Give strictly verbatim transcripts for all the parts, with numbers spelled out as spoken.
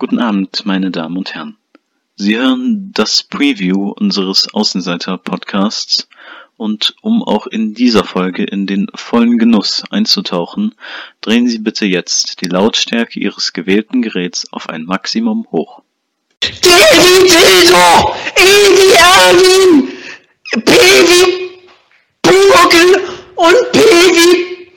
Guten Abend, meine Damen und Herren. Sie hören das Preview unseres Außenseiter-Podcasts und um auch in dieser Folge in den vollen Genuss einzutauchen, drehen Sie bitte jetzt die Lautstärke Ihres gewählten Geräts auf ein Maximum hoch. D wie Dildo, E wie Erwin, P wie Pumuckl und P wie...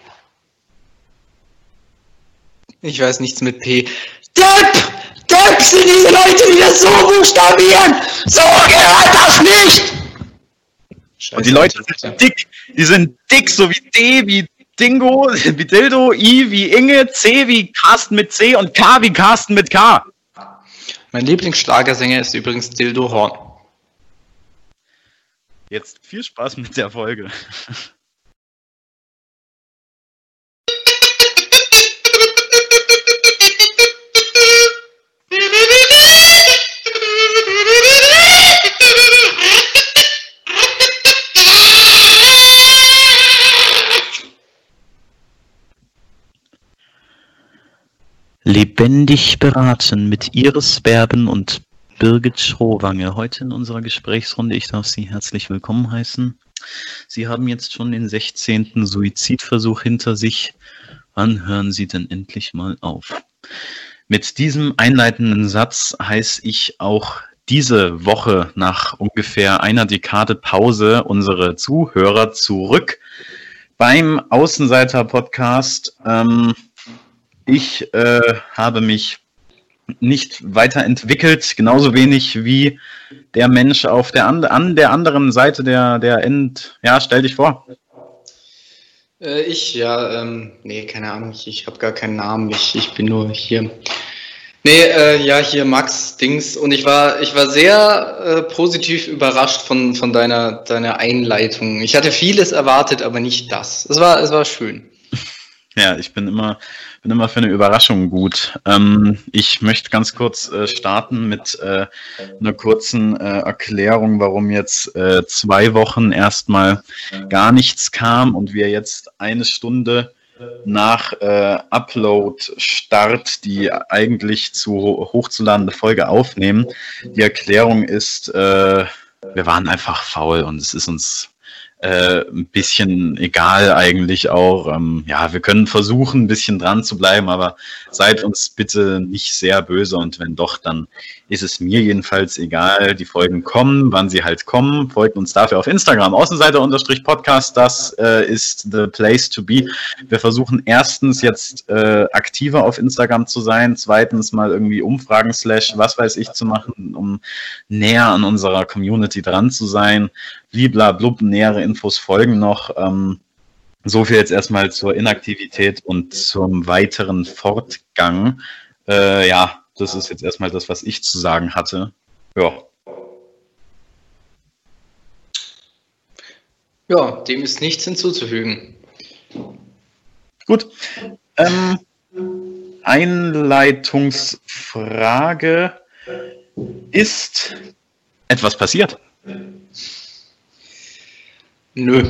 Ich weiß nichts mit P. Depp! Depp sind diese Leute, die das so buchstabieren! So gehört das nicht! Scheiße, und die Leute sind dick, die sind dick, so wie D wie Dingo, wie Dildo, I wie Inge, C wie Carsten mit C und K wie Carsten mit K. Mein Lieblingsschlagersänger ist übrigens Dildo Horn. Jetzt viel Spaß mit der Folge. Lebendig beraten mit Iris Berben und Birgit Schrowange. Heute in unserer Gesprächsrunde. Ich darf Sie herzlich willkommen heißen. Sie haben jetzt schon den sechzehnten Suizidversuch hinter sich. Wann hören Sie denn endlich mal auf? Mit diesem einleitenden Satz heiße ich auch diese Woche nach ungefähr einer Dekade Pause unsere Zuhörer zurück beim Außenseiter-Podcast. Ähm, Ich äh, habe mich nicht weiterentwickelt, genauso wenig wie der Mensch auf der and- an der anderen Seite der, der End... Ja, stell dich vor. Äh, ich, ja, ähm, nee, keine Ahnung, ich, ich habe gar keinen Namen, ich, ich bin nur hier. Nee, äh, ja, hier Max Dings und ich war ich war sehr äh, positiv überrascht von, von deiner, deiner Einleitung. Ich hatte vieles erwartet, aber nicht das. Es war, es war schön. Ja, ich bin immer, bin immer für eine Überraschung gut. Ähm, ich möchte ganz kurz äh, starten mit äh, einer kurzen äh, Erklärung, warum jetzt äh, zwei Wochen erstmal gar nichts kam und wir jetzt eine Stunde nach äh, Upload-Start die eigentlich zu hochzuladende Folge aufnehmen. Die Erklärung ist, äh, wir waren einfach faul und es ist uns Äh, ein bisschen egal eigentlich auch. Ähm, ja, wir können versuchen, ein bisschen dran zu bleiben, aber seid uns bitte nicht sehr böse und wenn doch, dann ist es mir jedenfalls egal. Die Folgen kommen, wann sie halt kommen. Folgt uns dafür auf Instagram, Außenseiter-Podcast. Das äh, ist the place to be. Wir versuchen erstens jetzt äh, aktiver auf Instagram zu sein, zweitens mal irgendwie Umfragen slash was weiß ich zu machen, um näher an unserer Community dran zu sein. Bliblablub, nähere Infos folgen noch. Ähm, so viel jetzt erstmal zur Inaktivität und zum weiteren Fortgang. Äh, ja, das ist jetzt erstmal das, was ich zu sagen hatte. Ja. Ja, dem ist nichts hinzuzufügen. Gut. Ähm, Einleitungsfrage. Ist etwas passiert? Nö.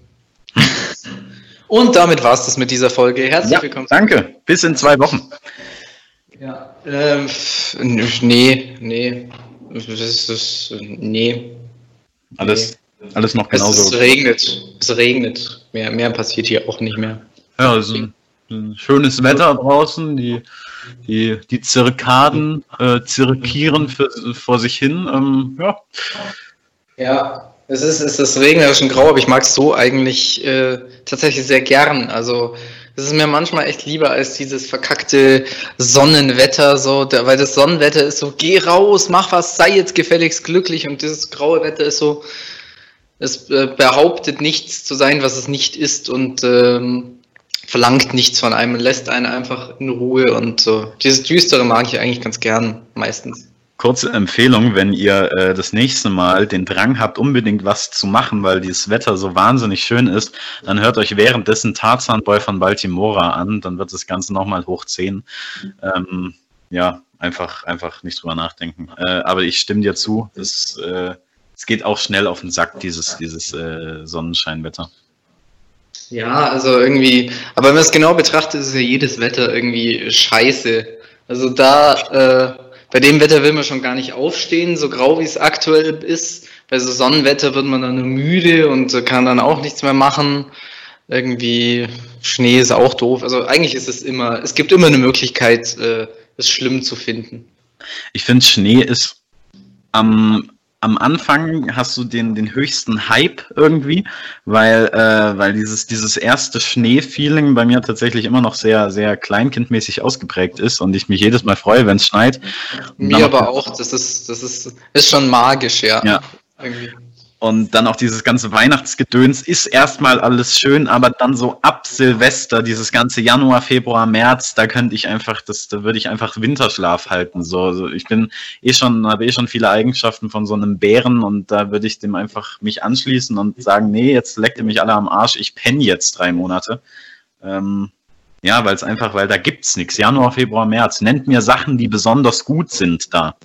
Und damit war es das mit dieser Folge. Herzlich Ja, willkommen. danke. Bis in zwei Wochen. Ja, ähm, nee, nee. Das ist, nee. Alles, alles noch Es, genauso. es regnet. Es regnet. Mehr, mehr passiert hier auch nicht mehr. Ja, es ist ein, ein schönes Wetter draußen. Die, die, die Zirkaden äh, zirkieren für, vor sich hin. Ähm, ja. Ja. Es ist, es ist regnerisch und grau, aber ich mag es so eigentlich äh, tatsächlich sehr gern. Also es ist mir manchmal echt lieber als dieses verkackte Sonnenwetter, so, der, weil das Sonnenwetter ist so, geh raus, mach was, sei jetzt gefälligst glücklich und dieses graue Wetter ist so, es äh, behauptet nichts zu sein, was es nicht ist und ähm, verlangt nichts von einem und lässt einen einfach in Ruhe und so. Dieses Düstere mag ich eigentlich ganz gern, meistens. Kurze Empfehlung, wenn ihr äh, das nächste Mal den Drang habt, unbedingt was zu machen, weil dieses Wetter so wahnsinnig schön ist, dann hört euch währenddessen Tarzan Boy von Baltimora an, dann wird das Ganze nochmal hoch zehn. Ähm, ja, einfach, einfach nicht drüber nachdenken. Äh, aber ich stimme dir zu, es äh, geht auch schnell auf den Sack, dieses, dieses äh, Sonnenscheinwetter. Ja, also irgendwie, aber wenn man es genau betrachtet, ist ja jedes Wetter irgendwie scheiße. Also da, äh, bei dem Wetter will man schon gar nicht aufstehen, so grau wie es aktuell ist. Bei so Sonnenwetter wird man dann nur müde und kann dann auch nichts mehr machen. Irgendwie Schnee ist auch doof. Also eigentlich ist es immer, es gibt immer eine Möglichkeit, äh, es schlimm zu finden. Ich finde, Schnee ist am, am Anfang hast du den, den höchsten Hype irgendwie, weil, äh, weil dieses, dieses erste Schnee-Feeling bei mir tatsächlich immer noch sehr, sehr kleinkindmäßig ausgeprägt ist und ich mich jedes Mal freue, wenn es schneit. Mir aber auch, das ist, das ist, ist schon magisch, ja. Ja. Irgendwie. Und dann auch dieses ganze Weihnachtsgedöns ist erstmal alles schön, aber dann so ab Silvester, dieses ganze Januar, Februar, März, da könnte ich einfach, das, da würde ich einfach Winterschlaf halten. So, also ich bin eh schon, habe eh schon viele Eigenschaften von so einem Bären und da würde ich dem einfach mich anschließen und sagen, nee, jetzt leckt ihr mich alle am Arsch, ich penne jetzt drei Monate. Ähm, ja, weil es einfach, weil da gibt's nichts. Januar, Februar, März. Nennt mir Sachen, die besonders gut sind da.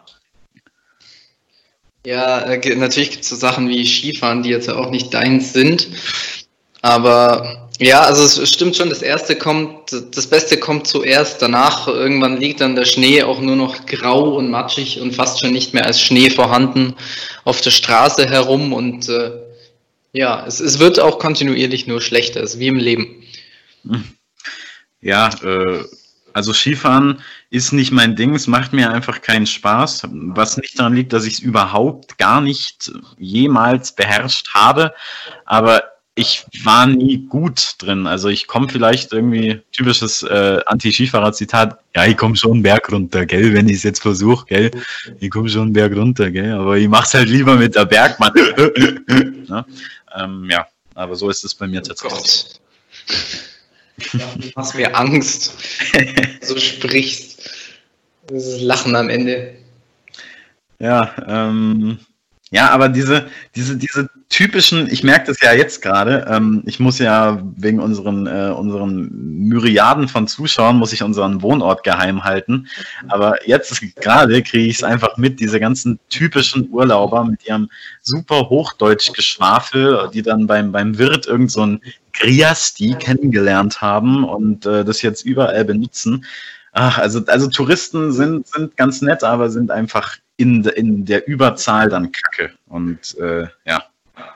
Ja, natürlich gibt es so Sachen wie Skifahren, die jetzt auch nicht deins sind. Aber ja, also es stimmt schon, das erste kommt, das Beste kommt zuerst. Danach irgendwann liegt dann der Schnee auch nur noch grau und matschig und fast schon nicht mehr als Schnee vorhanden auf der Straße herum. Und äh, ja, es, es wird auch kontinuierlich nur schlechter, es ist wie im Leben. Ja, äh, also Skifahren ist nicht mein Ding, es macht mir einfach keinen Spaß, was nicht daran liegt, dass ich es überhaupt gar nicht jemals beherrscht habe, aber ich war nie gut drin, also ich komme vielleicht irgendwie, typisches äh, Anti-Skifahrer-Zitat, ja, ich komme schon einen Berg runter, gell, wenn ich es jetzt versuche, gell, ich komme schon einen Berg runter, gell, aber ich mache es halt lieber mit der Bergmann. Ja, ähm, ja, aber so ist es bei mir tatsächlich. Oh ja, du machst mir Angst, so sprichst. Das ist Lachen am Ende. Ja, ähm, ja, aber diese, diese, diese typischen, ich merke das ja jetzt gerade, ähm, ich muss ja wegen unseren, äh, unseren Myriaden von Zuschauern, muss ich unseren Wohnort geheim halten, aber jetzt gerade kriege ich es einfach mit, diese ganzen typischen Urlauber mit ihrem super Hochdeutsch-Geschwafel, die dann beim, beim Wirt irgend so ein Griasti kennengelernt haben und äh, das jetzt überall benutzen. Ach, also, also Touristen sind, sind ganz nett, aber sind einfach in, in der Überzahl dann Kacke. Und äh, ja.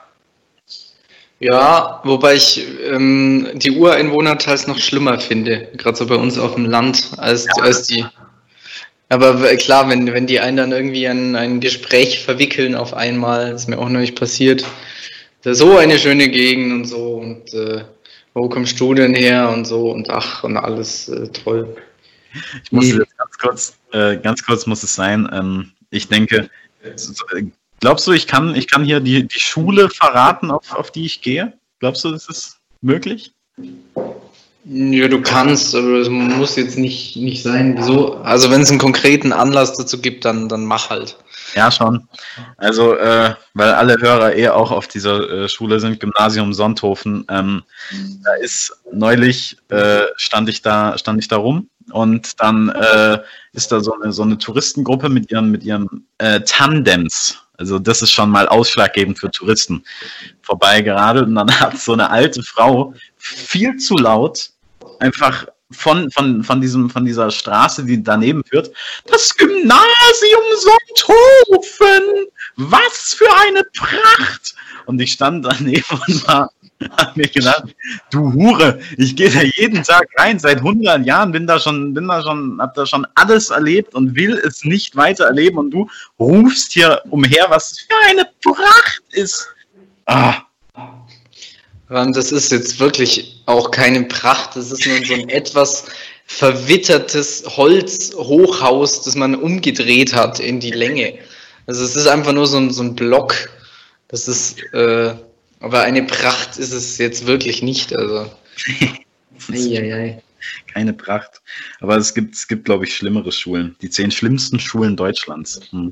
Ja, wobei ich ähm, die Ureinwohner teils noch schlimmer finde, gerade so bei uns auf dem Land, als, ja. als die. Aber klar, wenn, wenn die einen dann irgendwie an ein Gespräch verwickeln auf einmal, das ist mir auch noch nicht passiert. So eine schöne Gegend und so und äh, wo kommst du denn her und so und ach und alles äh, toll. Ich muss jetzt ganz kurz, äh, ganz kurz muss es sein. Ähm, ich denke, glaubst du, ich kann, ich kann hier die, die Schule verraten, auf, auf die ich gehe? Glaubst du, das ist möglich? Ja, du kannst, aber es muss jetzt nicht, nicht sein. Wieso? Also wenn es einen konkreten Anlass dazu gibt, dann, dann mach halt. Ja, schon. Also, äh, weil alle Hörer eh auch auf dieser äh, Schule sind, Gymnasium Sonthofen. Ähm, da ist neulich, äh, stand ich da, stand ich da rum und dann äh, ist da so eine, so eine Touristengruppe mit ihren, mit ihren äh, Tandems. Also das ist schon mal ausschlaggebend für Touristen. Vorbei gerade und dann hat so eine alte Frau viel zu laut einfach von, von, von, diesem, von dieser Straße, die daneben führt, das Gymnasium Sonthofen, was für eine Pracht! Und ich stand daneben und war, hab mir gedacht, du Hure, ich gehe da jeden Tag rein, seit hundert Jahren, bin da schon, bin da schon, hab da schon alles erlebt und will es nicht weiter erleben und du rufst hier umher, was es für eine Pracht ist. Ah. Das ist jetzt wirklich auch keine Pracht, das ist nur so ein etwas verwittertes Holzhochhaus, das man umgedreht hat in die Länge. Also es ist einfach nur so ein, so ein Block, das ist, äh, aber eine Pracht ist es jetzt wirklich nicht, also. Eieiei. Keine Pracht, aber es gibt, es gibt, glaube ich, schlimmere Schulen, die zehn schlimmsten Schulen Deutschlands. Hm.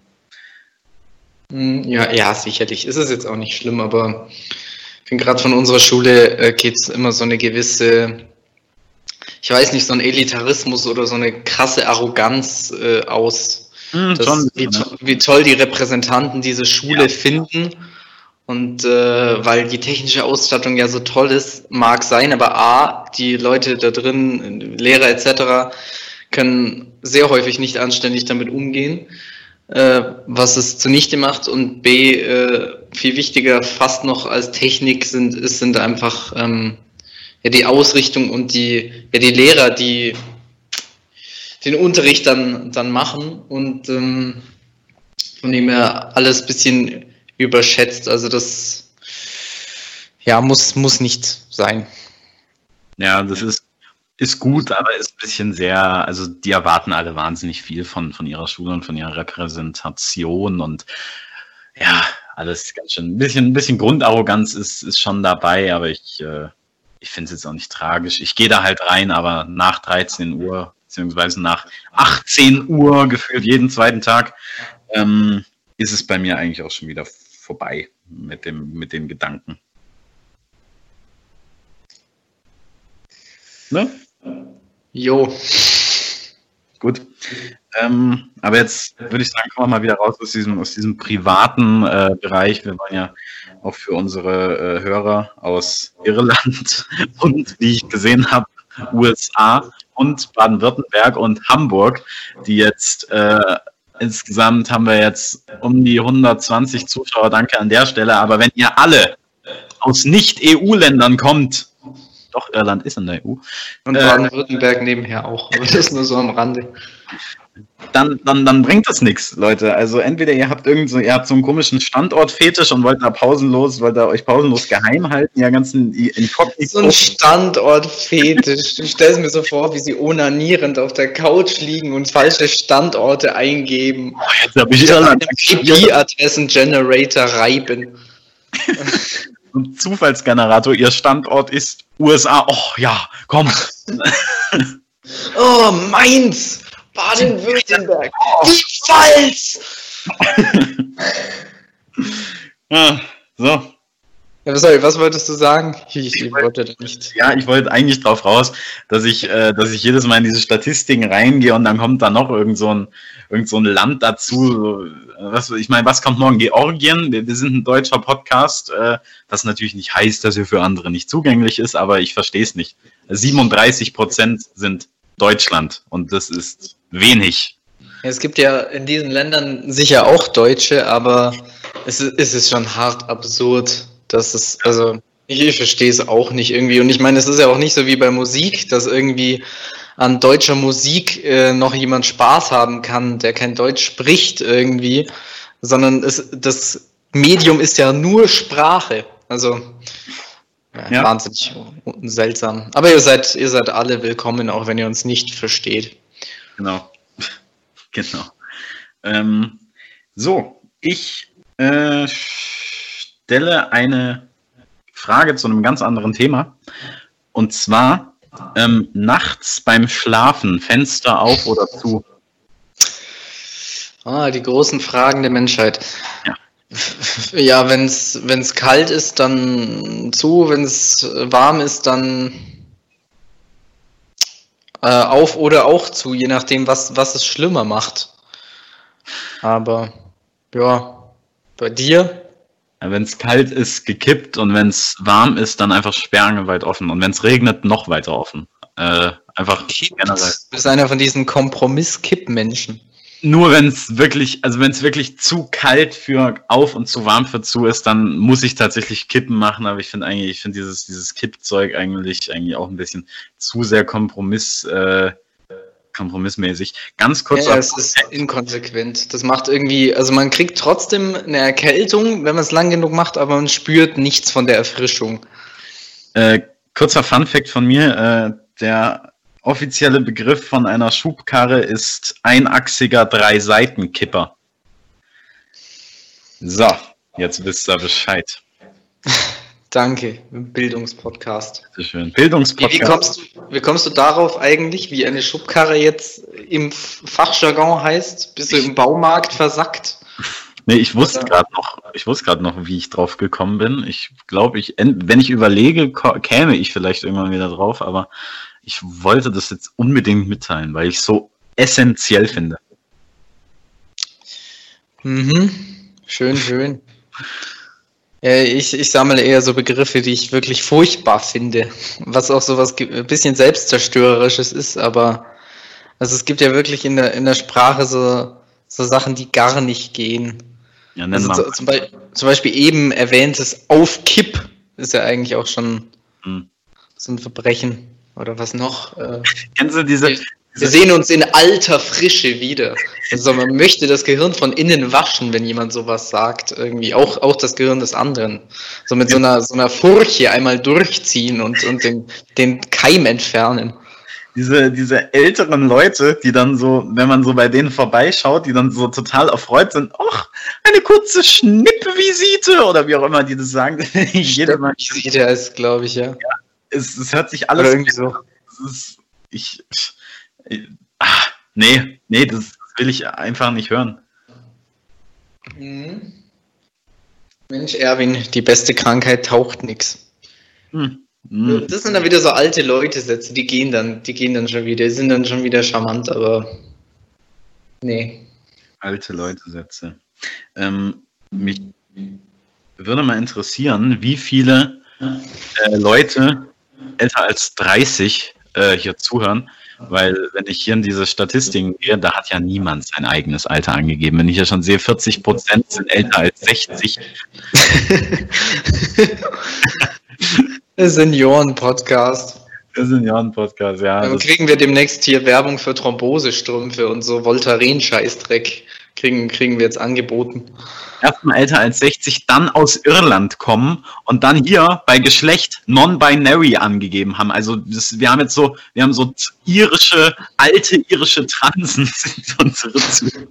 Ja, ja, sicherlich ist es jetzt auch nicht schlimm, aber ich finde, gerade von unserer Schule äh, geht es immer so eine gewisse, ich weiß nicht, so ein Elitarismus oder so eine krasse Arroganz äh, aus, mm, das, schon, wie, to- wie toll die Repräsentanten diese Schule ja. finden. Und äh, weil die technische Ausstattung ja so toll ist, mag sein, aber A, die Leute da drin, Lehrer et cetera, können sehr häufig nicht anständig damit umgehen, äh, was es zunichte macht. Und B, äh, viel wichtiger fast noch als Technik sind, es sind einfach ähm, ja, die Ausrichtung und die, ja, die Lehrer, die den Unterricht dann, dann machen und ähm, von dem her alles ein bisschen überschätzt. Also das ja, muss, muss nicht sein. Ja, das ist, ist gut, aber ist ein bisschen sehr, also die erwarten alle wahnsinnig viel von, von ihrer Schule und von ihrer Repräsentation und ja, alles ganz schön, ein bisschen, ein bisschen Grundarroganz ist, ist schon dabei, aber ich, äh, ich finde es jetzt auch nicht tragisch. Ich gehe da halt rein, aber nach dreizehn Uhr, beziehungsweise nach achtzehn Uhr gefühlt jeden zweiten Tag, ähm, ist es bei mir eigentlich auch schon wieder vorbei mit dem, mit den Gedanken. Ne? Jo. Gut. Ähm, aber jetzt würde ich sagen, kommen wir mal wieder raus aus diesem, aus diesem privaten äh, Bereich. Wir wollen ja auch für unsere äh, Hörer aus Irland und, wie ich gesehen habe, U S A und Baden-Württemberg und Hamburg, die jetzt äh, insgesamt haben wir jetzt um die hundertzwanzig Zuschauer. Danke an der Stelle. Aber wenn ihr alle aus Nicht-E U-Ländern kommt, doch, Irland ist in der E U. Und Baden-Württemberg äh, nebenher auch, aber das ist nur so am Rande. Dann, dann, dann bringt das nichts, Leute. Also entweder ihr habt irgend so, ihr habt so einen komischen Standortfetisch und wollt da pausenlos, wollt da euch pausenlos geheim halten, ja ganzen Inkognito. So ein Standortfetisch. Ich stelle es mir so vor, wie sie onanierend auf der Couch liegen und falsche Standorte eingeben. Oh, jetzt habe ich Irland. I P-Adressen-Generator reiben. Ein Zufallsgenerator, ihr Standort ist U S A. Oh ja, komm. Oh, Mainz, Baden-Württemberg, oh. Die Pfalz. Ja, so. Ja, sorry, was wolltest du sagen? Ich, ich wollte das nicht. Ja, ich wollte eigentlich drauf raus, dass ich, äh, dass ich jedes Mal in diese Statistiken reingehe und dann kommt da noch irgend so ein, irgend so ein Land dazu. So, was, ich meine, was kommt morgen? Georgien? Wir, wir sind ein deutscher Podcast, äh, was natürlich nicht heißt, dass er für andere nicht zugänglich ist, aber ich verstehe es nicht. siebenunddreißig Prozent sind Deutschland und das ist wenig. Ja, es gibt ja in diesen Ländern sicher auch Deutsche, aber es ist, es ist schon hart absurd. Das ist, also, ich, ich verstehe es auch nicht irgendwie. Und ich meine, es ist ja auch nicht so wie bei Musik, dass irgendwie an deutscher Musik äh, noch jemand Spaß haben kann, der kein Deutsch spricht irgendwie, sondern es, das Medium ist ja nur Sprache. Also, ja, ja. Wahnsinnig seltsam. Aber ihr seid, ihr seid alle willkommen, auch wenn ihr uns nicht versteht. Genau. Genau. Ähm, so, ich äh, stelle eine Frage zu einem ganz anderen Thema. Und zwar ähm, nachts beim Schlafen, Fenster auf oder zu? Ah, die großen Fragen der Menschheit. Ja, ja wenn es wenn es kalt ist, dann zu. Wenn es warm ist, dann äh, auf oder auch zu, je nachdem, was, was es schlimmer macht. Aber ja, bei dir? Wenn es kalt ist, gekippt und wenn es warm ist, dann einfach sperrangelweit offen und wenn es regnet, noch weiter offen. Äh, einfach generell. Du bist einer von diesen Kompromiss-Kipp-Menschen. Nur wenn es wirklich, also wenn es wirklich zu kalt für auf und zu warm für zu ist, dann muss ich tatsächlich Kippen machen, aber ich finde eigentlich, ich finde dieses, dieses Kippzeug eigentlich, eigentlich auch ein bisschen zu sehr Kompromiss, äh, kompromissmäßig. Ganz kurz. Ja, es ist inkonsequent. Das macht irgendwie, also man kriegt trotzdem eine Erkältung, wenn man es lang genug macht, aber man spürt nichts von der Erfrischung. Äh, kurzer Funfact von mir, äh, der offizielle Begriff von einer Schubkarre ist einachsiger Drei-Seiten-Kipper. So, jetzt wisst ihr Bescheid. Danke, Bildungspodcast. Sehr schön. Bildungspodcast. Wie, wie, kommst du, wie kommst du darauf eigentlich, wie eine Schubkarre jetzt im Fachjargon heißt? Bist du im Baumarkt versackt? Nee, ich wusste gerade noch, ich wusste gerade noch, wie ich drauf gekommen bin. Ich glaube, ich, wenn ich überlege, käme ich vielleicht irgendwann wieder drauf, aber ich wollte das jetzt unbedingt mitteilen, weil ich es so essentiell finde. Mhm. Schön, schön. Ich, ich sammle eher so Begriffe, die ich wirklich furchtbar finde, was auch so was ein bisschen Selbstzerstörerisches ist, aber Also es gibt ja wirklich in der, in der Sprache so, so Sachen, die gar nicht gehen. Ja, nenn Also mal. zu, zum, Beispiel, zum Beispiel eben erwähntes Auf Kipp ist ja eigentlich auch schon Hm. so ein Verbrechen. Oder was noch? Äh, Kennst du diese, wir, wir sehen uns in alter Frische wieder. Also man möchte das Gehirn von innen waschen, wenn jemand sowas sagt. Irgendwie auch, auch das Gehirn des anderen. So mit so einer, so einer Furche einmal durchziehen und, und den, den Keim entfernen. diese, diese älteren Leute, die dann so, wenn man so bei denen vorbeischaut, die dann so total erfreut sind, ach, eine kurze Schnippvisite oder wie auch immer die das sagen. Jede Mal. Visite ist, glaube ich, ja. Es, es hört sich alles Oder irgendwie so. Es ist, ich, ich ah, nee, nee, das will ich einfach nicht hören. Mhm. Mensch, Erwin, die beste Krankheit taucht nix. Hm. Hm. Das sind dann wieder so alte Leute-Sätze, die gehen dann, die gehen dann schon wieder, die sind dann schon wieder charmant, aber nee. Alte Leute-Sätze. Ähm, mich würde mal interessieren, wie viele äh, Leute älter als dreißig äh, hier zuhören, weil wenn ich hier in diese Statistiken gehe, da hat ja niemand sein eigenes Alter angegeben. Wenn ich ja schon sehe, vierzig Prozent sind älter als sechzig. Senioren-Podcast. Der Senioren-Podcast, ja. Dann das- kriegen wir demnächst hier Werbung für Thrombosestrümpfe und so Voltaren-Scheißdreck. Kriegen, kriegen wir jetzt angeboten. Erstmal älter als sechzig, dann aus Irland kommen und dann hier bei Geschlecht non-binary angegeben haben. Also das, wir haben jetzt so, wir haben so irische, alte irische Transen sind unsere Zuhörer.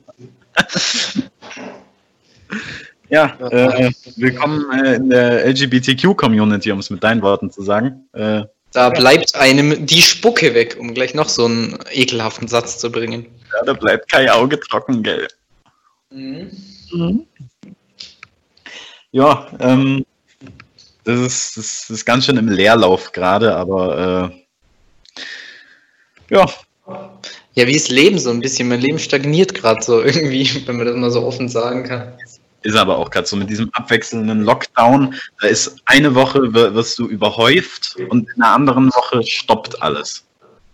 Ja, äh, willkommen äh, in der L G B T Q-Community, um es mit deinen Worten zu sagen. Äh, Da bleibt einem die Spucke weg, um gleich noch so einen ekelhaften Satz zu bringen. ja, da bleibt kein Auge trocken, gell. Mhm. Ja, ähm, das ist, das ist ganz schön im Leerlauf gerade, aber äh, ja, Ja, wie ist Leben so ein bisschen? Mein Leben stagniert gerade so irgendwie, wenn man das mal so offen sagen kann. ist aber auch gerade so mit diesem abwechselnden Lockdown. Da ist eine Woche wir- wirst du überhäuft und in der anderen Woche stoppt alles.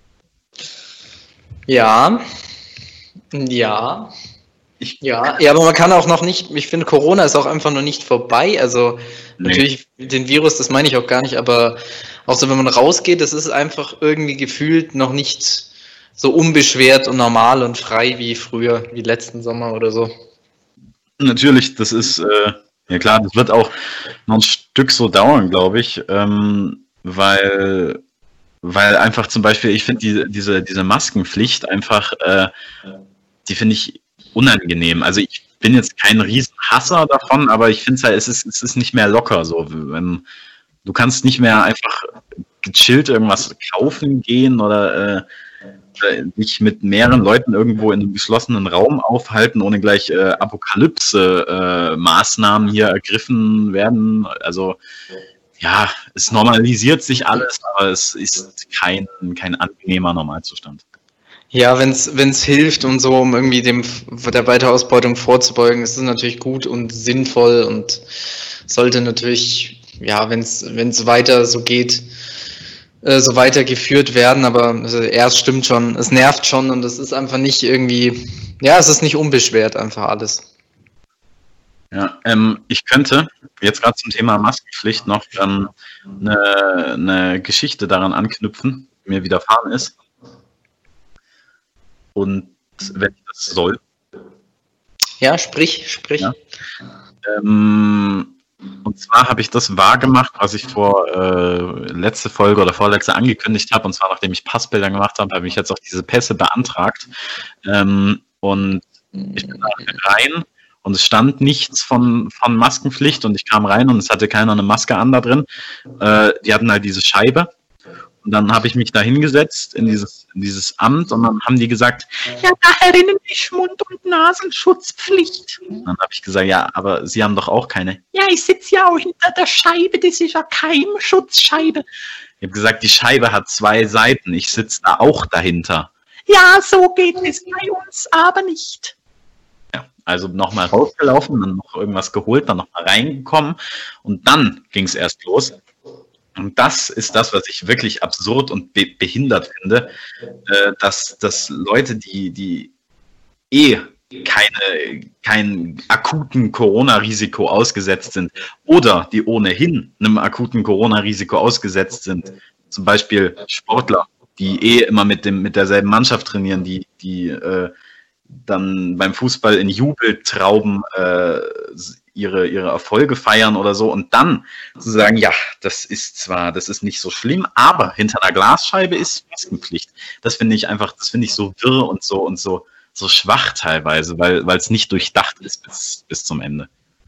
Ja, ja, Ich, ja, ja, aber man kann auch noch nicht, ich finde, Corona ist auch einfach noch nicht vorbei. Also Nee. natürlich den Virus, das meine ich auch gar nicht, aber auch so, wenn man rausgeht, das ist einfach irgendwie gefühlt noch nicht so unbeschwert und normal und frei wie früher, wie letzten Sommer oder so. Natürlich, das ist, äh, ja klar, das wird auch noch ein Stück so dauern, glaube ich, ähm, weil, weil einfach zum Beispiel, ich finde die, diese, diese Maskenpflicht einfach, äh, die finde ich unangenehm. Also ich bin jetzt kein Riesenhasser davon, aber ich finde halt, es ist, es ist nicht mehr locker so. Wenn, du kannst nicht mehr einfach gechillt irgendwas kaufen gehen oder äh, dich mit mehreren Leuten irgendwo in einem geschlossenen Raum aufhalten, ohne gleich äh, Apokalypse-Maßnahmen äh, hier ergriffen werden. Also ja, es normalisiert sich alles, aber es ist kein, kein angenehmer Normalzustand. Ja, wenn es wenn es hilft und so, um irgendwie dem der Weiterausbeutung vorzubeugen, ist es natürlich gut und sinnvoll und sollte natürlich, ja, wenn es wenn es weiter so geht, äh, so weitergeführt werden. Aber also, ja, es stimmt schon, es nervt schon und es ist einfach nicht irgendwie, ja, es ist nicht unbeschwert einfach alles. Ja, ähm, ich könnte jetzt gerade zum Thema Maskenpflicht noch ähm, eine, eine Geschichte daran anknüpfen, die mir widerfahren ist. Und wenn ich das soll, Ja, sprich, sprich. Ja. ähm, und zwar habe ich das wahrgemacht, was ich vor äh, letzte Folge oder vorletzte angekündigt habe, und zwar nachdem ich Passbilder gemacht habe, habe ich jetzt auch diese Pässe beantragt. Ähm, und ich bin da rein und es stand nichts von, von Maskenpflicht und ich kam rein und es hatte keiner eine Maske an da drin. Äh, die hatten halt diese Scheibe. Und dann habe ich mich da hingesetzt in dieses, in dieses Amt und dann haben die gesagt, ja, da herinnen ist Mund- und Nasenschutzpflicht. Und dann habe ich gesagt, ja, aber Sie haben doch auch keine. Ja, ich sitze ja auch hinter der Scheibe, das ist ja Keimschutzscheibe. Ich habe gesagt, die Scheibe hat zwei Seiten, ich sitze da auch dahinter. Ja, so geht es bei uns aber nicht. Ja, also nochmal rausgelaufen, dann noch irgendwas geholt, dann nochmal reingekommen und dann ging es erst los. Und das ist das, was ich wirklich absurd und be behindert finde, äh, dass, dass Leute, die, die eh keine, kein akuten Corona-Risiko ausgesetzt sind oder die ohnehin einem akuten Corona-Risiko ausgesetzt sind, zum Beispiel Sportler, die eh immer mit, dem, mit derselben Mannschaft trainieren, die, die äh, dann beim Fußball in Jubeltrauben äh, ihre, ihre Erfolge feiern oder so und dann zu sagen, ja, das ist zwar, das ist nicht so schlimm, aber hinter einer Glasscheibe ist Maskenpflicht. Das finde ich einfach, das finde ich so wirr und so und so, so schwach teilweise, weil weil es nicht durchdacht ist bis, bis zum Ende.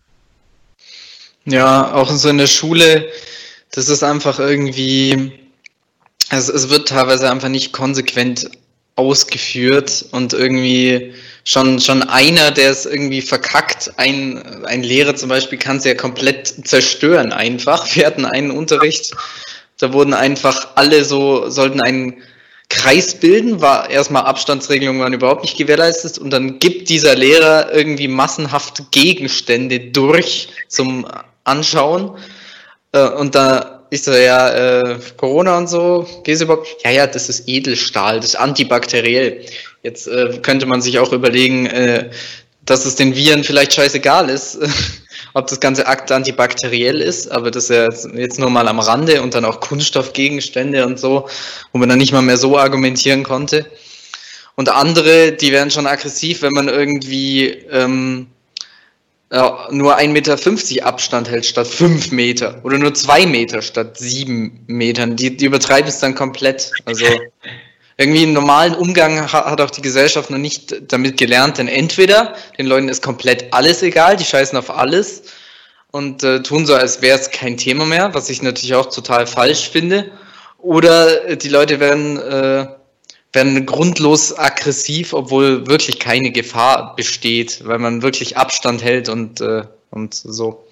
Ja, auch so in der Schule, das ist einfach irgendwie, es, es wird teilweise einfach nicht konsequent ausgeführt und irgendwie schon, schon einer, der es irgendwie verkackt, ein, ein Lehrer zum Beispiel kann es ja komplett zerstören einfach. Wir hatten einen Unterricht, da wurden einfach alle so, sollten einen Kreis bilden, war erstmal Abstandsregelungen waren überhaupt nicht gewährleistet und dann gibt dieser Lehrer irgendwie massenhaft Gegenstände durch zum Anschauen und da ich so, ja, äh, Corona und so, geht es überhaupt? Ja, ja, das ist Edelstahl, das ist antibakteriell. Jetzt äh, könnte man sich auch überlegen, äh, dass es den Viren vielleicht scheißegal ist, ob das ganze Akt antibakteriell ist, aber das ist ja jetzt, jetzt nur mal am Rande und dann auch Kunststoffgegenstände und so, wo man dann nicht mal mehr so argumentieren konnte. Und andere, die werden schon aggressiv, wenn man irgendwie ähm, ja, nur ein Meter fünfzig Abstand hält statt fünf Meter oder nur zwei Meter statt sieben Metern. Die, die übertreiben es dann komplett. Also irgendwie im normalen Umgang hat auch die Gesellschaft noch nicht damit gelernt, denn entweder den Leuten ist komplett alles egal, die scheißen auf alles und äh, tun so, als wäre es kein Thema mehr, was ich natürlich auch total falsch finde, oder die Leute werden... Äh, werden grundlos aggressiv, obwohl wirklich keine Gefahr besteht, weil man wirklich Abstand hält und, äh, und so.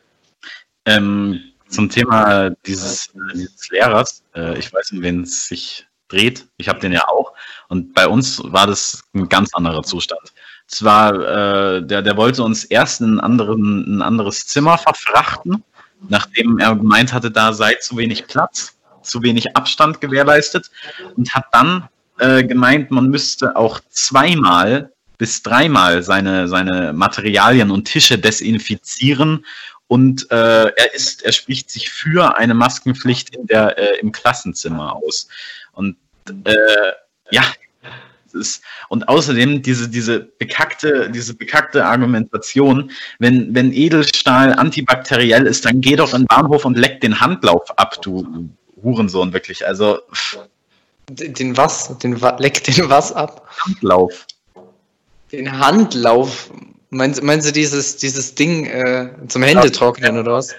Ähm, zum Thema dieses, dieses Lehrers, äh, ich weiß, um wen es sich dreht, ich habe den ja auch, und bei uns war das ein ganz anderer Zustand. Zwar, äh, der, der wollte uns erst in einen anderen, ein anderes Zimmer verfrachten, nachdem er gemeint hatte, da sei zu wenig Platz, zu wenig Abstand gewährleistet, und hat dann gemeint, man müsste auch zweimal bis dreimal seine, seine Materialien und Tische desinfizieren und äh, er ist, er spricht sich für eine Maskenpflicht in der, äh, im Klassenzimmer aus. Und äh, ja, das ist, und außerdem diese, diese bekackte, diese bekackte Argumentation, wenn, wenn Edelstahl antibakteriell ist, dann geh doch in den Bahnhof und leck den Handlauf ab, du Hurensohn, wirklich. Also pff. Den was? Den leck den was ab? Handlauf. Den Handlauf? Meinst, meinst du dieses, dieses Ding äh, zum Händetrocknen oder was?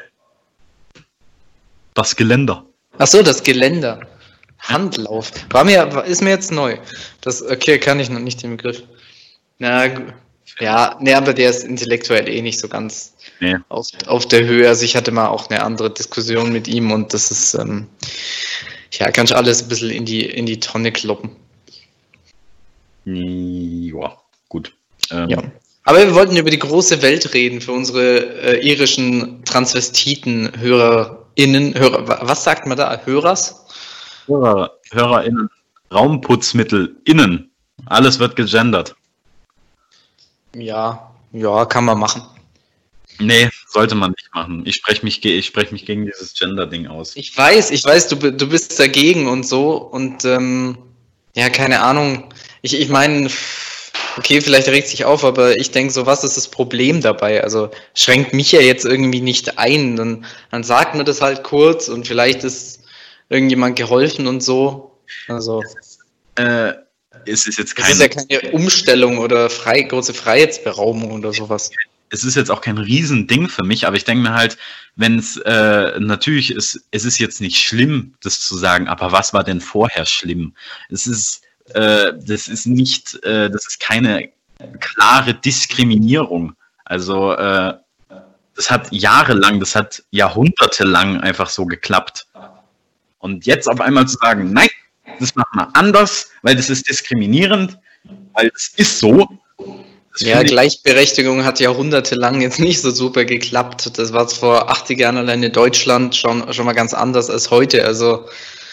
Das Geländer. Ach so, das Geländer. Handlauf. War mir, ist mir jetzt neu. Das, okay, kann ich noch nicht den Begriff. Na, ja, ne, aber der ist intellektuell eh nicht so ganz nee. auf, auf der Höhe. Also ich hatte mal auch eine andere Diskussion mit ihm und das ist, ähm, ja, kannst du alles ein bisschen in die, in die Tonne kloppen. Ja, gut. Ähm. Ja. Aber wir wollten über die große Welt reden für unsere äh, irischen Transvestiten-HörerInnen. Hörer, was sagt man da? Hörers? Hörer, HörerInnen. RaumputzmittelInnen. Alles wird gegendert. Ja, ja, kann man machen. Nee, sollte man nicht machen. Ich spreche mich, ich sprech mich gegen dieses Gender-Ding aus. Ich weiß, ich weiß, du, du bist dagegen und so. Und ähm, ja, keine Ahnung. Ich, ich meine, okay, vielleicht regt sich auf, aber ich denke so, was ist das Problem dabei? Also schränkt mich ja jetzt irgendwie nicht ein. Dann, dann sagt man das halt kurz und vielleicht ist irgendjemand geholfen und so. Also äh, es ist jetzt keine... Es ist ja keine Umstellung oder frei, große Freiheitsberaubung oder sowas. Es ist jetzt auch kein Riesending für mich, aber ich denke mir halt, wenn es äh, natürlich ist, es ist jetzt nicht schlimm, das zu sagen, aber was war denn vorher schlimm? Es ist, äh, das ist nicht, äh, das ist keine klare Diskriminierung. Also äh, das hat jahrelang, das hat jahrhundertelang einfach so geklappt. Und jetzt auf einmal zu sagen, nein, das machen wir anders, weil das ist diskriminierend, weil es ist so. Ja, Gleichberechtigung hat jahrhundertelang jetzt nicht so super geklappt. Das war vor achtzig Jahren allein in Deutschland schon, schon mal ganz anders als heute. Also,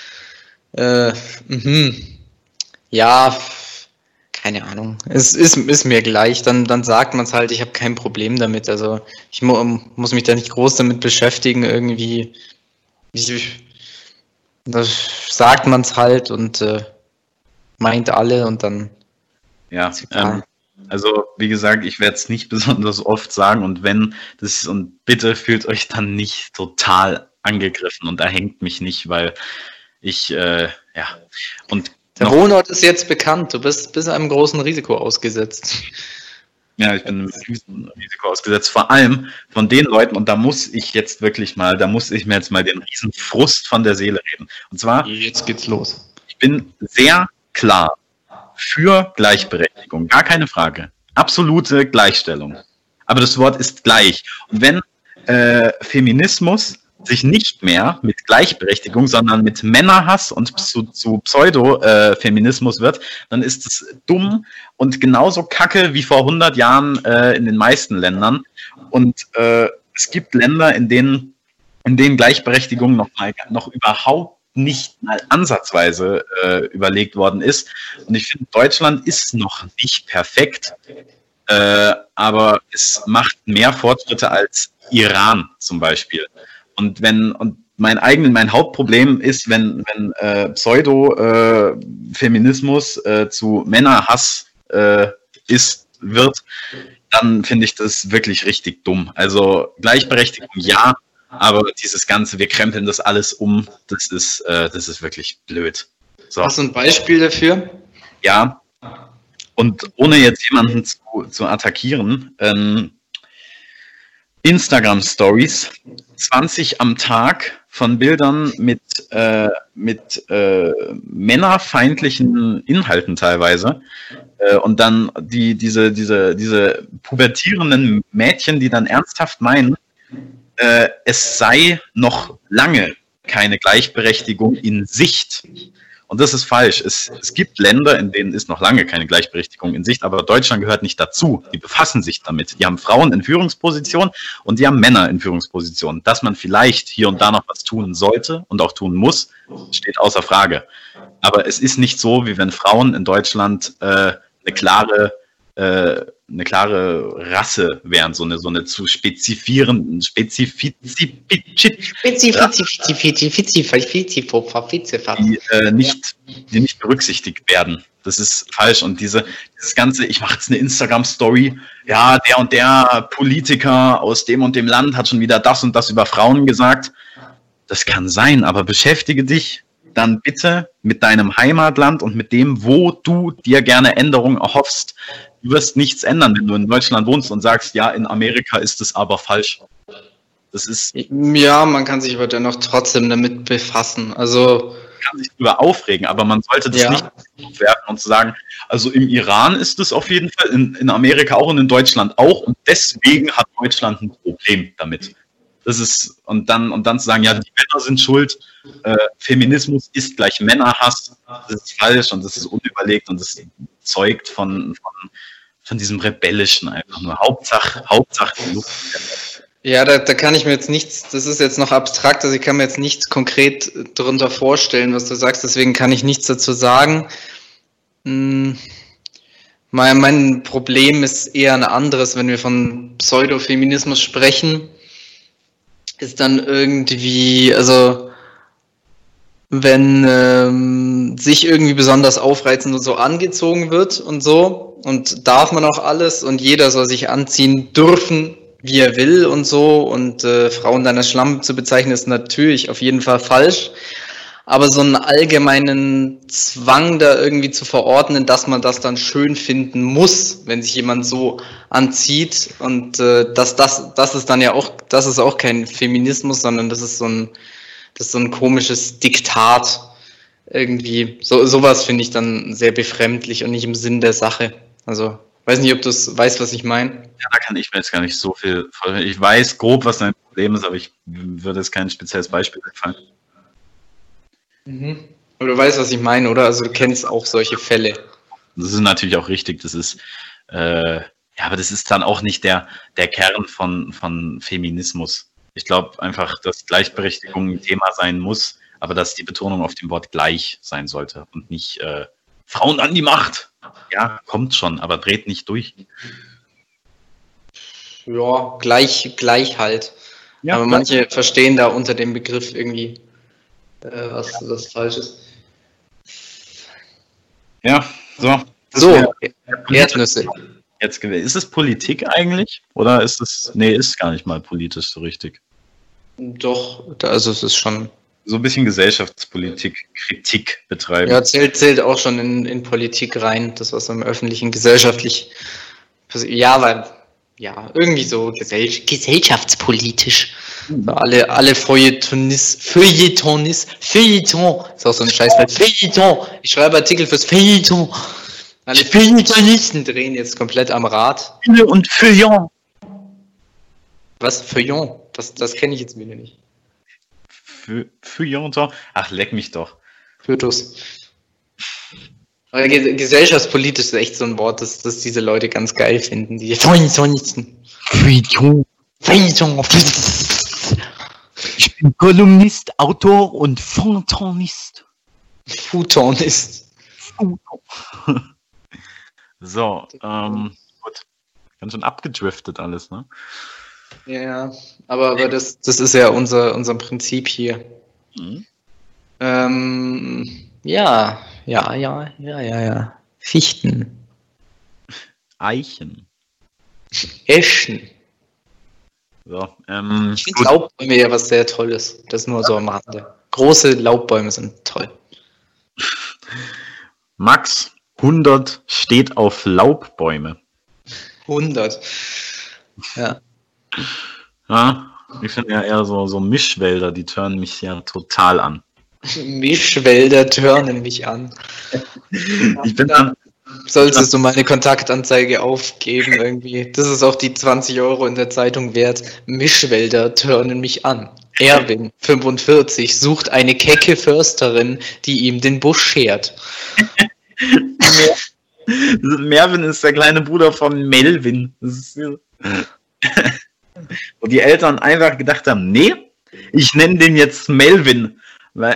äh, mh. ja, keine Ahnung. Es ist, ist mir gleich. Dann, dann sagt man es halt, ich habe kein Problem damit. Also, ich mu muss mich da nicht groß damit beschäftigen. Irgendwie, ich, das sagt man es halt und äh, meint alle und dann. Ja, ähm, also wie gesagt, ich werde es nicht besonders oft sagen und wenn, das und bitte fühlt euch dann nicht total angegriffen und erhängt mich nicht, weil ich, äh, ja, und der Wohnort ist jetzt bekannt, du bist, bist einem großen Risiko ausgesetzt. Ja, ich bin einem riesen Risiko ausgesetzt, vor allem von den Leuten, und da muss ich jetzt wirklich mal, da muss ich mir jetzt mal den riesen Frust von der Seele reden. Und zwar, jetzt geht's los. Ich bin sehr klar für Gleichberechtigung, gar keine Frage. Absolute Gleichstellung. Aber das Wort ist gleich. Und wenn äh, Feminismus sich nicht mehr mit Gleichberechtigung, sondern mit Männerhass und zu, zu Pseudo-Feminismus äh, wird, dann ist es dumm und genauso kacke wie vor hundert Jahren äh, in den meisten Ländern. Und äh, es gibt Länder, in denen, in denen Gleichberechtigung noch, mal, noch überhaupt nicht mal ansatzweise äh, überlegt worden ist. Und ich finde, Deutschland ist noch nicht perfekt, äh, aber es macht mehr Fortschritte als Iran zum Beispiel. Und wenn, und mein eigenes, mein Hauptproblem ist, wenn, wenn äh, Pseudo-Feminismus äh, äh, zu Männerhass äh, ist, wird, dann finde ich das wirklich richtig dumm. Also Gleichberechtigung ja, aber dieses Ganze, wir krempeln das alles um, das ist, äh, das ist wirklich blöd. So. Hast du ein Beispiel dafür? Ja, und ohne jetzt jemanden zu, zu attackieren, ähm, Instagram-Stories, zwanzig am Tag von Bildern mit, äh, mit äh, männerfeindlichen Inhalten teilweise. Äh, und dann die, diese, diese, diese pubertierenden Mädchen, die dann ernsthaft meinen, äh, es sei noch lange keine Gleichberechtigung in Sicht. Und das ist falsch. Es, es gibt Länder, in denen ist noch lange keine Gleichberechtigung in Sicht, aber Deutschland gehört nicht dazu. Die befassen sich damit. Die haben Frauen in Führungspositionen und die haben Männer in Führungspositionen. Dass man vielleicht hier und da noch was tun sollte und auch tun muss, steht außer Frage. Aber es ist nicht so, wie wenn Frauen in Deutschland äh, eine klare äh, eine klare Rasse wären, so eine, so eine zu spezifierenden, spezifiz die, äh, nicht, die nicht berücksichtigt werden. Das ist falsch. Und diese, dieses ganze, ich mache jetzt eine Instagram-Story, ja, der und der Politiker aus dem und dem Land hat schon wieder das und das über Frauen gesagt. Das kann sein, aber beschäftige dich dann bitte mit deinem Heimatland und mit dem, wo du dir gerne Änderungen erhoffst. Du wirst nichts ändern, wenn du in Deutschland wohnst und sagst, ja, in Amerika ist es aber falsch. Das ist. Ja, man kann sich aber dennoch trotzdem damit befassen. Also. Man kann sich darüber aufregen, aber man sollte das ja nicht werfen und zu sagen, also im Iran ist es auf jeden Fall, in, in Amerika auch und in Deutschland auch und deswegen hat Deutschland ein Problem damit. Das ist, und dann, und dann zu sagen, ja, die Männer sind schuld, äh, Feminismus ist gleich Männerhass, das ist falsch und das ist unüberlegt und das zeugt von, von, von diesem Rebellischen einfach nur. Hauptsache, Hauptsache die Luft. Ja, da, da kann ich mir jetzt nichts, das ist jetzt noch abstrakt, also ich kann mir jetzt nichts konkret darunter vorstellen, was du sagst, deswegen kann ich nichts dazu sagen. Hm. Mein, mein Problem ist eher ein anderes, wenn wir von Pseudofeminismus sprechen, ist dann irgendwie, also wenn ähm, sich irgendwie besonders aufreizend und so angezogen wird und so und darf man auch alles und jeder soll sich anziehen dürfen, wie er will und so und äh, Frauen dann als Schlamm zu bezeichnen ist natürlich auf jeden Fall falsch, aber so einen allgemeinen Zwang da irgendwie zu verordnen, dass man das dann schön finden muss, wenn sich jemand so anzieht und äh, dass das, das ist dann ja auch, das ist auch kein Feminismus, sondern das ist so ein, das ist so ein komisches Diktat irgendwie. So sowas finde ich dann sehr befremdlich und nicht im Sinn der Sache. Also weiß nicht, ob du weißt, was ich meine. Ja, da kann ich mir jetzt gar nicht so viel vorstellen. Ich weiß grob, was dein Problem ist, aber ich würde jetzt kein spezielles Beispiel einfallen. Mhm. Aber du weißt, was ich meine, oder? Also du kennst auch solche Fälle. Das ist natürlich auch richtig. Das ist, äh, Ja, aber das ist dann auch nicht der, der Kern von, von Feminismus. Ich glaube einfach, dass Gleichberechtigung ein Thema sein muss, aber dass die Betonung auf dem Wort gleich sein sollte und nicht äh, Frauen an die Macht. Ja, kommt schon, aber dreht nicht durch. Ja, gleich, gleich halt. Ja, aber manche klar. verstehen da unter dem Begriff irgendwie äh, was, was Falsches. Ja, so. So, Erdnüsse. Jetzt, ist es Politik eigentlich? Oder ist es, nee, ist gar nicht mal politisch so richtig. Doch, also es ist schon... So ein bisschen Gesellschaftspolitik, Kritik betreiben. Ja, zählt, zählt auch schon in, in Politik rein, das was im öffentlichen, gesellschaftlich... Ja, weil... Ja, irgendwie so gesell gesellschaftspolitisch. So alle, alle Feuilletonis, Feuilletonis, Feuilleton, ist auch so ein Scheißwort, Feuilleton. Ich schreibe Artikel fürs Feuilleton. Alle Feuilletonisten drehen jetzt komplett am Rad. Und Feuilleton. Was? Feuilleton? Das, das kenne ich jetzt wieder nicht. Feuilleton? Ach, leck mich doch. Fötus. Aber gesellschaftspolitisch ist echt so ein Wort, das, das diese Leute ganz geil finden. Die Feuilletonisten. Feuilleton. Feuilleton. Ich bin Kolumnist, Autor und Feuilletonist. Futonist. Futon. So, ähm, gut. Ganz schön abgedriftet alles, ne? Ja, aber, aber das, das ist ja unser, unser Prinzip hier. Mhm. Ähm, ja, ja, ja, ja, ja, ja. Fichten. Eichen. Eschen. So, ähm, ich finde Laubbäume ja was sehr Tolles. Das nur so am Rande. Große Laubbäume sind toll. Max, hundert steht auf Laubbäume. hundert. Ja. Ja, ich finde ja eher so, so Mischwälder, die turnen mich ja total an. Mischwälder turnen mich an. Ich bin dann. Solltest du meine Kontaktanzeige aufgeben irgendwie. Das ist auch die zwanzig Euro in der Zeitung wert. Mischwälder turnen mich an. Erwin, fünfundvierzig, sucht eine kecke Försterin, die ihm den Busch schert. Mervin ist der kleine Bruder von Melvin. Das ist so. Wo die Eltern einfach gedacht haben, nee, ich nenne den jetzt Melvin. Weil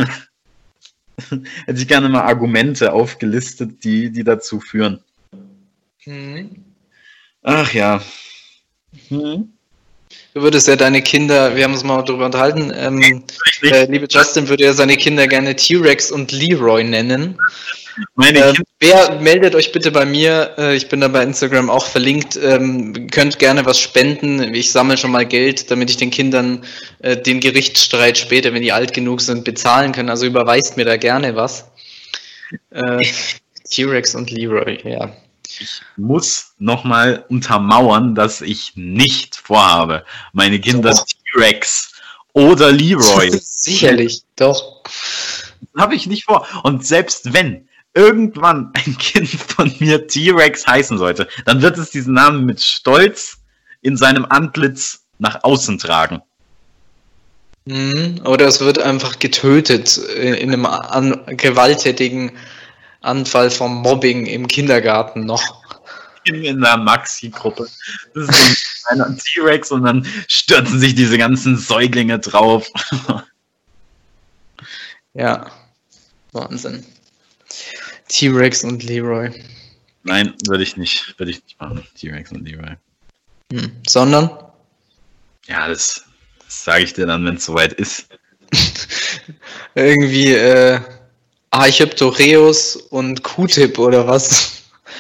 hätte ich gerne mal Argumente aufgelistet, die, die dazu führen. Hm. Ach ja. Hm. Du würdest ja deine Kinder, wir haben uns mal darüber unterhalten, ähm, äh, liebe Justin würde ja seine Kinder gerne T-Rex und Leroy nennen. Meine äh, wer meldet euch bitte bei mir, äh, ich bin da bei Instagram auch verlinkt, ähm, könnt gerne was spenden, ich sammle schon mal Geld, damit ich den Kindern äh, den Gerichtsstreit später, wenn die alt genug sind, bezahlen können, also überweist mir da gerne was. Äh, T-Rex und Leroy, ja. Ich muss nochmal untermauern, dass ich nicht vorhabe, meine Kinder so. T-Rex oder Leroy. Sicherlich, doch. Habe ich nicht vor. Und selbst wenn irgendwann ein Kind von mir T-Rex heißen sollte, dann wird es diesen Namen mit Stolz in seinem Antlitz nach außen tragen. Mhm. Oder es wird einfach getötet in einem an, gewalttätigen Anfall vom Mobbing im Kindergarten noch. In der Maxi-Gruppe. Das ist so ein T-Rex und dann stürzen sich diese ganzen Säuglinge drauf. Ja, Wahnsinn. T-Rex und Leroy. Nein, würde ich nicht, würde ich nicht machen. T-Rex und Leroy. Hm. Sondern? Ja, das, das sage ich dir dann, wenn es soweit ist. Irgendwie, äh, Archiptoreus und Q-Tip oder was?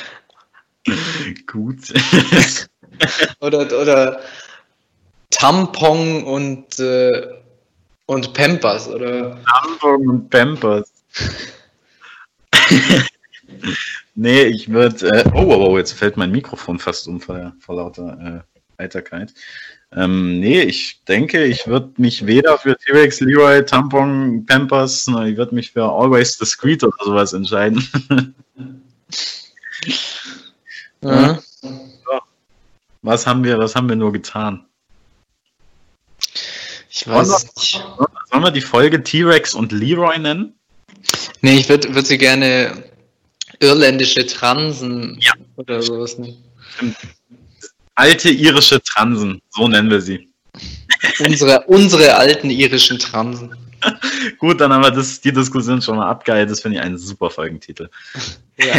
Gut. oder, oder Tampon und, äh, und Pampers, oder? Tampon und Pampers. Nee, ich würde. Äh, oh, oh, oh, jetzt fällt mein Mikrofon fast um vor, vor lauter äh, Heiterkeit. Ähm, nee, ich denke, ich würde mich weder für T-Rex, Leroy, Tampon, Pampers, na, ich würde mich für Always Discreet oder sowas entscheiden. Ja. So. Was haben wir, was haben wir nur getan? Ich weiß sollen wir, nicht. Sollen wir die Folge T-Rex und Leroy nennen? Nee, ich würde würd sie gerne irländische Transen ja. oder sowas nennen. Alte irische Transen, so nennen wir sie. Unsere, unsere alten irischen Transen. Gut, dann haben wir das, die Diskussion schon mal abgehalten. Das finde ich einen super Folgentitel. Ja.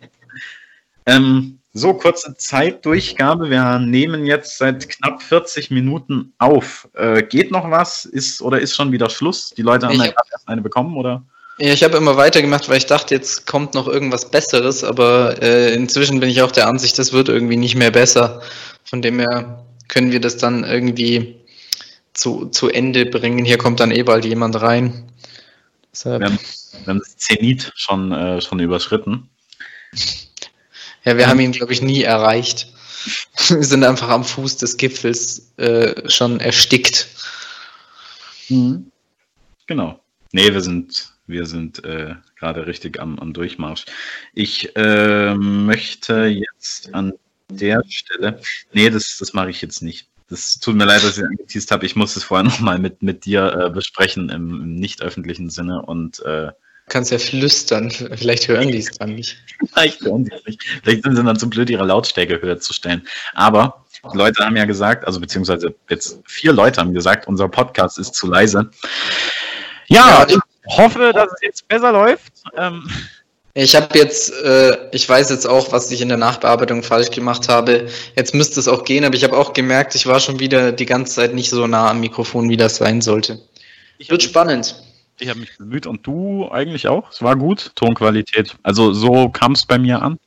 ähm, so, kurze Zeitdurchgabe. Wir nehmen jetzt seit knapp vierzig Minuten auf. Äh, geht noch was? Ist oder ist schon wieder Schluss? Die Leute haben Ich ja hab- gerade erst eine bekommen, oder? Ja, ich habe immer weitergemacht, weil ich dachte, jetzt kommt noch irgendwas Besseres, aber äh, inzwischen bin ich auch der Ansicht, das wird irgendwie nicht mehr besser. Von dem her können wir das dann irgendwie zu, zu Ende bringen. Hier kommt dann eh bald jemand rein. Deshalb, Wir haben, wir haben das Zenit schon, äh, schon überschritten. ja, wir haben ihn, glaube ich, nie erreicht. Wir sind einfach am Fuß des Gipfels äh, schon erstickt. Genau. Nee, wir sind, wir sind äh, gerade richtig am, am Durchmarsch. Ich äh, möchte jetzt an der Stelle. Nee, das, das mache ich jetzt nicht. Das tut mir leid, dass ich angeteased habe. Ich muss es vorher nochmal mit, mit dir äh, besprechen im, im nicht öffentlichen Sinne und äh, Du kannst ja flüstern, vielleicht hören die es dann nicht. vielleicht hören sie es nicht. Vielleicht sind sie dann zu blöd, ihre Lautstärke höher zu stellen. Aber die Leute haben ja gesagt, also beziehungsweise jetzt vier Leute haben gesagt, unser Podcast ist zu leise. Ja, ich hoffe, dass es jetzt besser läuft. Ähm, Ich habe jetzt, äh, ich weiß jetzt auch, was ich in der Nachbearbeitung falsch gemacht habe. Jetzt müsste es auch gehen, aber ich habe auch gemerkt, ich war schon wieder die ganze Zeit nicht so nah am Mikrofon, wie das sein sollte. ich Wird spannend. Ich habe mich bemüht und du eigentlich auch. Es war gut, Tonqualität. Also so kam es bei mir an.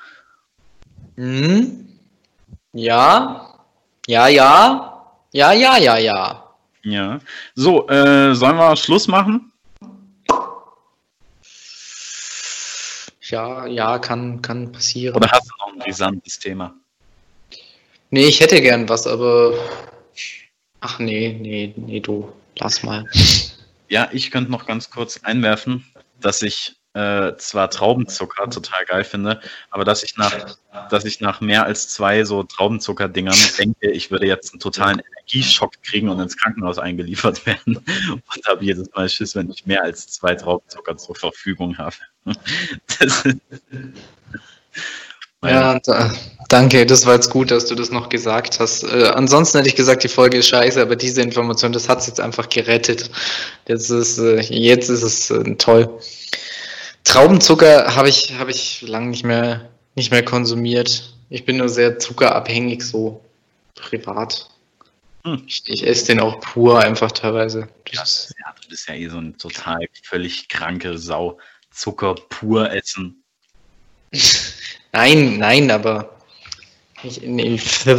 Hm? Ja, ja, ja, ja, ja, ja, ja. Ja. So, äh, sollen wir Schluss machen? Ja, ja, kann, kann passieren. Oder hast du noch ein brisantes Thema? Nee, ich hätte gern was, aber ach nee, nee, nee, du, lass mal. Ja, ich könnte noch ganz kurz einwerfen, dass ich äh, zwar Traubenzucker total geil finde, aber dass ich nach, dass ich nach mehr als zwei so Traubenzucker-Dingern denke, ich würde jetzt einen totalen Energieschock kriegen und ins Krankenhaus eingeliefert werden und habe jedes Mal Schiss, wenn ich mehr als zwei Traubenzucker zur Verfügung habe. Das ist Ja, da, danke, das war jetzt gut, dass du das noch gesagt hast. Äh, ansonsten hätte ich gesagt, die Folge ist scheiße, aber diese Information, das hat es jetzt einfach gerettet. Jetzt ist, äh, jetzt ist es äh, toll. Traubenzucker habe ich, habe ich lange nicht mehr, nicht mehr konsumiert. Ich bin nur sehr zuckerabhängig, so privat. Hm. Ich, ich esse den auch pur einfach teilweise. Das ist, Ja, du bist ja eh so eine total völlig kranke Sau. Zucker pur essen. nein, nein, aber ich, nee,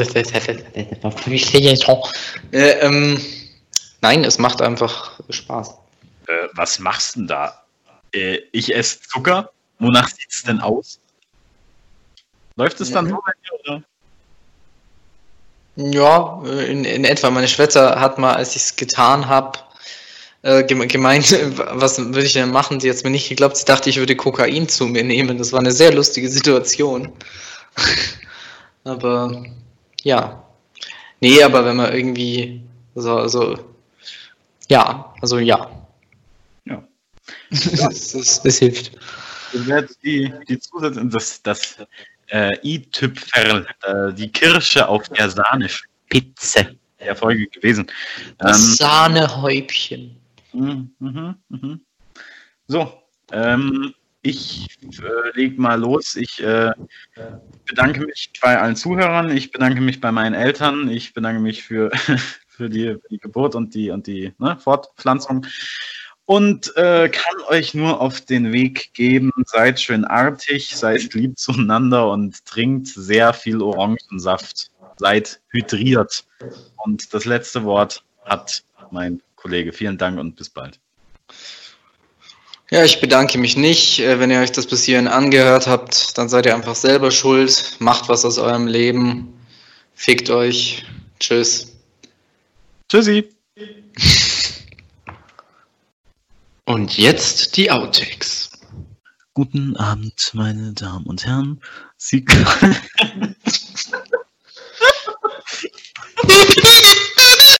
äh, ähm, nein, es macht einfach Spaß. Äh, was machst du denn da? Äh, ich esse Zucker. Wonach sieht es denn aus? Läuft es dann so bei dir, oder? Ja, in, in etwa. Meine Schwester hat mal, als ich es getan habe, äh, gemeint, was würde ich denn machen? Sie hat es mir nicht geglaubt. Sie dachte, ich würde Kokain zu mir nehmen. Das war eine sehr lustige Situation. Aber ja. Nee, aber wenn man irgendwie so, so ja, also ja. Ja. Das, das, das hilft. Das wäre die, die Zusatz, das, das äh, i-Tüpferl, äh, die Kirsche auf der Sahne-Spitze der Folge gewesen. Das Ähm, Sahnehäubchen. Mhm, mhm, mhm. So, ähm, ich äh, leg mal los. Ich äh, bedanke mich bei allen Zuhörern. Ich bedanke mich bei meinen Eltern. Ich bedanke mich für, für, die, für die Geburt und die, und die ne, Fortpflanzung. Und äh, kann euch nur auf den Weg geben, seid schön artig, seid lieb zueinander und trinkt sehr viel Orangensaft. Seid hydriert. Und das letzte Wort hat mein Kollege. Vielen Dank und bis bald. Ja, ich bedanke mich nicht. Äh, Wenn ihr euch das bis hierhin angehört habt, dann seid ihr einfach selber schuld. Macht was aus eurem Leben. Fickt euch. Tschüss. Tschüssi. Und jetzt die Outtakes. Guten Abend, meine Damen und Herren. Sie